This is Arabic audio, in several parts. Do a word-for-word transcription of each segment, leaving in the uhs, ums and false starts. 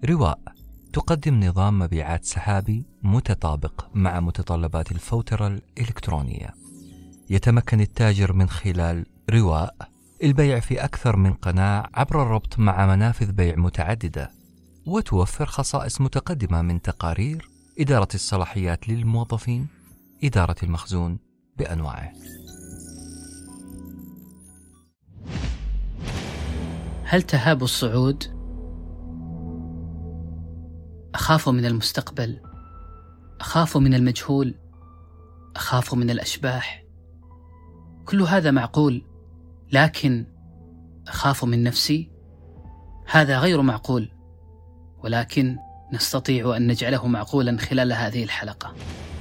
رواء تقدم نظام مبيعات سحابي متطابق مع متطلبات الفوترة الإلكترونية. يتمكن التاجر من خلال رواء البيع في أكثر من قناة عبر الربط مع منافذ بيع متعددة، وتوفر خصائص متقدمة من تقارير، إدارة الصلاحيات للموظفين، إدارة المخزون بأنواعه. هل تهاب الصعود؟ أخاف من المستقبل، أخاف من المجهول، أخاف من الأشباح. كل هذا معقول، لكن أخاف من نفسي؟ هذا غير معقول، ولكن نستطيع أن نجعله معقولا خلال هذه الحلقة.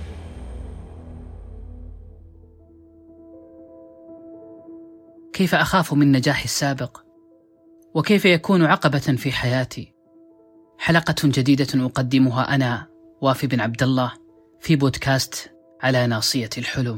كيف أخاف من نجاحي السابق؟ وكيف يكون عقبة في حياتي؟ حلقة جديدة أقدمها أنا وافي بن عبد الله في بودكاست على ناصية الحلم.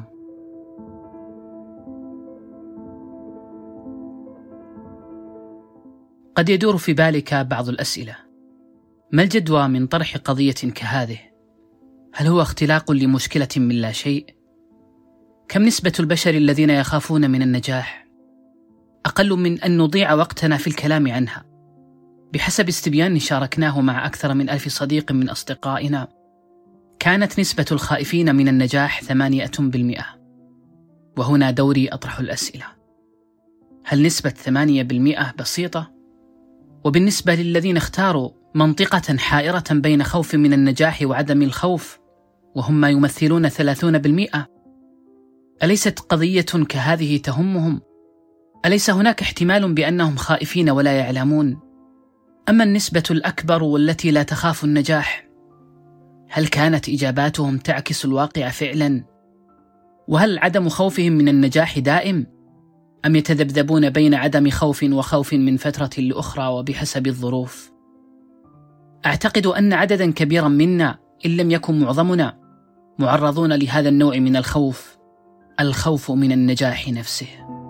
قد يدور في بالك بعض الأسئلة: ما الجدوى من طرح قضية كهذه؟ هل هو اختلاق لمشكلة من لا شيء؟ كم نسبة البشر الذين يخافون من النجاح؟ أقل من أن نضيع وقتنا في الكلام عنها. بحسب استبيان شاركناه مع أكثر من ألف صديق من أصدقائنا، كانت نسبة الخائفين من النجاح ثمانية بالمئة. وهنا دوري أطرح الأسئلة: هل نسبة ثمانية بالمئة بسيطة؟ وبالنسبة للذين اختاروا منطقة حائرة بين خوف من النجاح وعدم الخوف، وهم ما يمثلون ثلاثين بالمئة، أليست قضية كهذه تهمهم؟ أليس هناك احتمال بأنهم خائفين ولا يعلمون؟ أما النسبة الأكبر والتي لا تخاف النجاح، هل كانت إجاباتهم تعكس الواقع فعلا؟ وهل عدم خوفهم من النجاح دائم؟ أم يتذبذبون بين عدم خوف وخوف من فترة لأخرى وبحسب الظروف؟ أعتقد أن عددا كبيرا منا، إن لم يكن معظمنا، معرضون لهذا النوع من الخوف، الخوف من النجاح نفسه.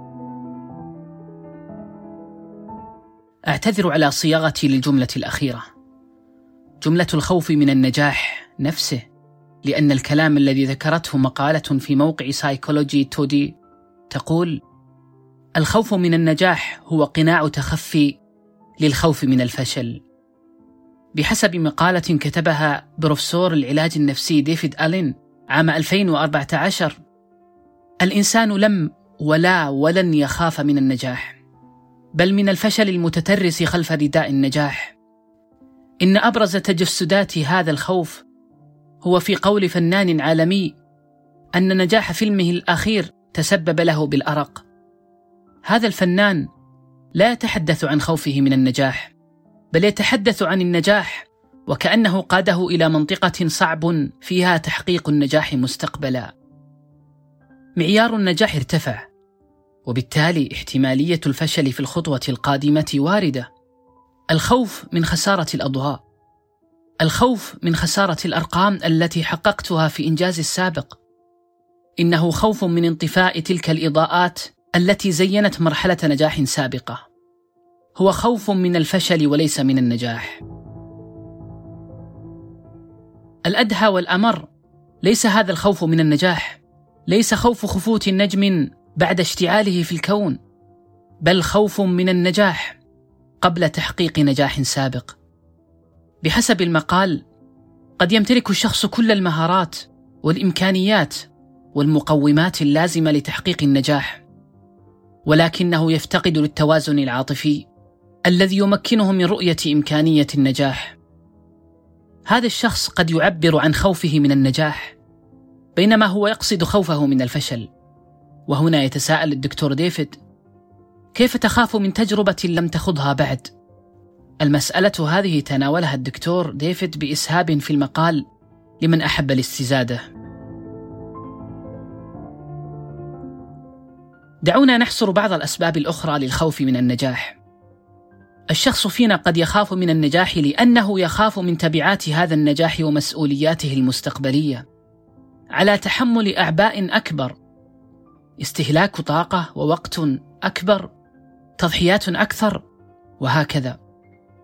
أعتذر على صياغتي للجملة الأخيرة، جملة الخوف من النجاح نفسه، لأن الكلام الذي ذكرته مقالة في موقع سايكولوجي تودي تقول: الخوف من النجاح هو قناع تخفي للخوف من الفشل. بحسب مقالة كتبها بروفيسور العلاج النفسي ديفيد ألين عام ألفين وأربعة عشر، الإنسان لم ولا ولن يخاف من النجاح، بل من الفشل المتترس خلف رداء النجاح. إن أبرز تجسدات هذا الخوف هو في قول فنان عالمي أن نجاح فيلمه الأخير تسبب له بالأرق. هذا الفنان لا يتحدث عن خوفه من النجاح، بل يتحدث عن النجاح وكأنه قاده إلى منطقة صعب فيها تحقيق النجاح مستقبلا. معيار النجاح ارتفع، وبالتالي احتمالية الفشل في الخطوة القادمة واردة. الخوف من خسارة الأضواء، الخوف من خسارة الأرقام التي حققتها في إنجاز السابق، إنه خوف من انطفاء تلك الإضاءات التي زينت مرحلة نجاح سابقة. هو خوف من الفشل وليس من النجاح. الأدهى والأمر ليس هذا الخوف من النجاح، ليس خوف خفوت نجم بعد اشتعاله في الكون، بل خوف من النجاح قبل تحقيق نجاح سابق. بحسب المقال، قد يمتلك الشخص كل المهارات والإمكانيات والمقومات اللازمة لتحقيق النجاح، ولكنه يفتقد للتوازن العاطفي الذي يمكنه من رؤية إمكانية النجاح. هذا الشخص قد يعبر عن خوفه من النجاح بينما هو يقصد خوفه من الفشل. وهنا يتساءل الدكتور ديفيد: كيف تخاف من تجربة لم تخضها بعد؟ المسألة هذه تناولها الدكتور ديفيد بإسهاب في المقال لمن أحب الاستزادة. دعونا نحصر بعض الأسباب الأخرى للخوف من النجاح. الشخص فينا قد يخاف من النجاح لأنه يخاف من تبعات هذا النجاح ومسؤولياته المستقبلية، على تحمل أعباء أكبر، استهلاك طاقة ووقت أكبر، تضحيات أكثر، وهكذا.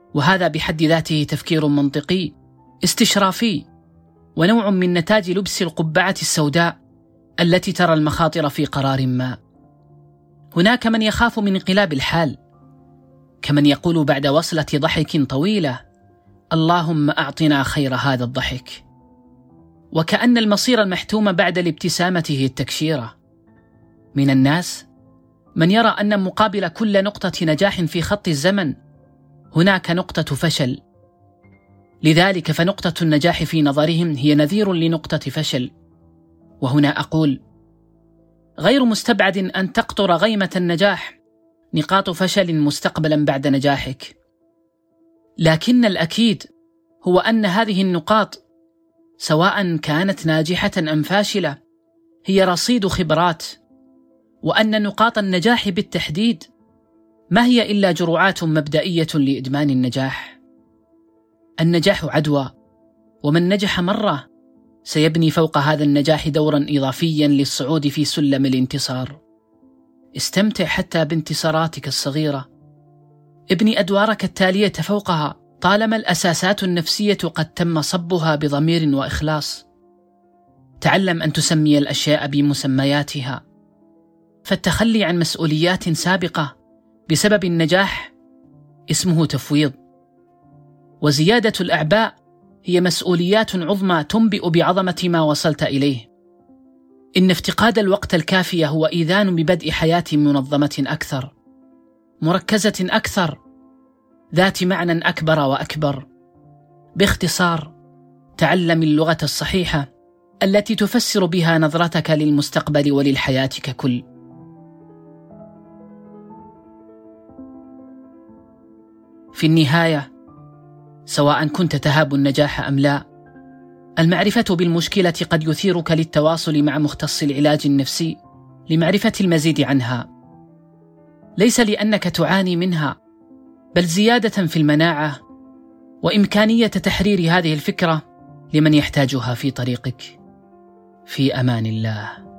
وهذا بحد ذاته تفكير منطقي استشرافي، ونوع من نتاج لبس القبعة السوداء التي ترى المخاطر في قرار ما. هناك من يخاف من انقلاب الحال، كمن يقول بعد وصلة ضحك طويلة: اللهم أعطنا خير هذا الضحك، وكأن المصير المحتوم بعد الابتسامة هي التكشيرة. من الناس من يرى أن مقابل كل نقطة نجاح في خط الزمن هناك نقطة فشل، لذلك فنقطة النجاح في نظرهم هي نذير لنقطة فشل. وهنا أقول: غير مستبعد أن تقطر غيمة النجاح نقاط فشل مستقبلا بعد نجاحك، لكن الأكيد هو أن هذه النقاط سواء كانت ناجحة أم فاشلة هي رصيد خبرات، وأن نقاط النجاح بالتحديد ما هي إلا جرعات مبدئية لإدمان النجاح. النجاح عدوى، ومن نجح مرة سيبني فوق هذا النجاح دورا إضافيا للصعود في سلم الانتصار. استمتع حتى بانتصاراتك الصغيرة، ابني أدوارك التالية فوقها طالما الأساسات النفسية قد تم صبها بضمير وإخلاص. تعلم أن تسمي الأشياء بمسمياتها، فالتخلي عن مسؤوليات سابقة بسبب النجاح اسمه تفويض، وزيادة الأعباء هي مسؤوليات عظمى تنبئ بعظمة ما وصلت إليه. إن افتقاد الوقت الكافي هو إيذان ببدء حياة منظمة أكثر، مركزة أكثر، ذات معنى أكبر وأكبر. باختصار، تعلم اللغة الصحيحة التي تفسر بها نظرتك للمستقبل وللحياة ككل. في النهاية، سواء كنت تهاب النجاح أم لا، المعرفة بالمشكلة قد يثيرك للتواصل مع مختص العلاج النفسي لمعرفة المزيد عنها، ليس لأنك تعاني منها، بل زيادة في المناعة وإمكانية تحرير هذه الفكرة لمن يحتاجها في طريقك. في أمان الله.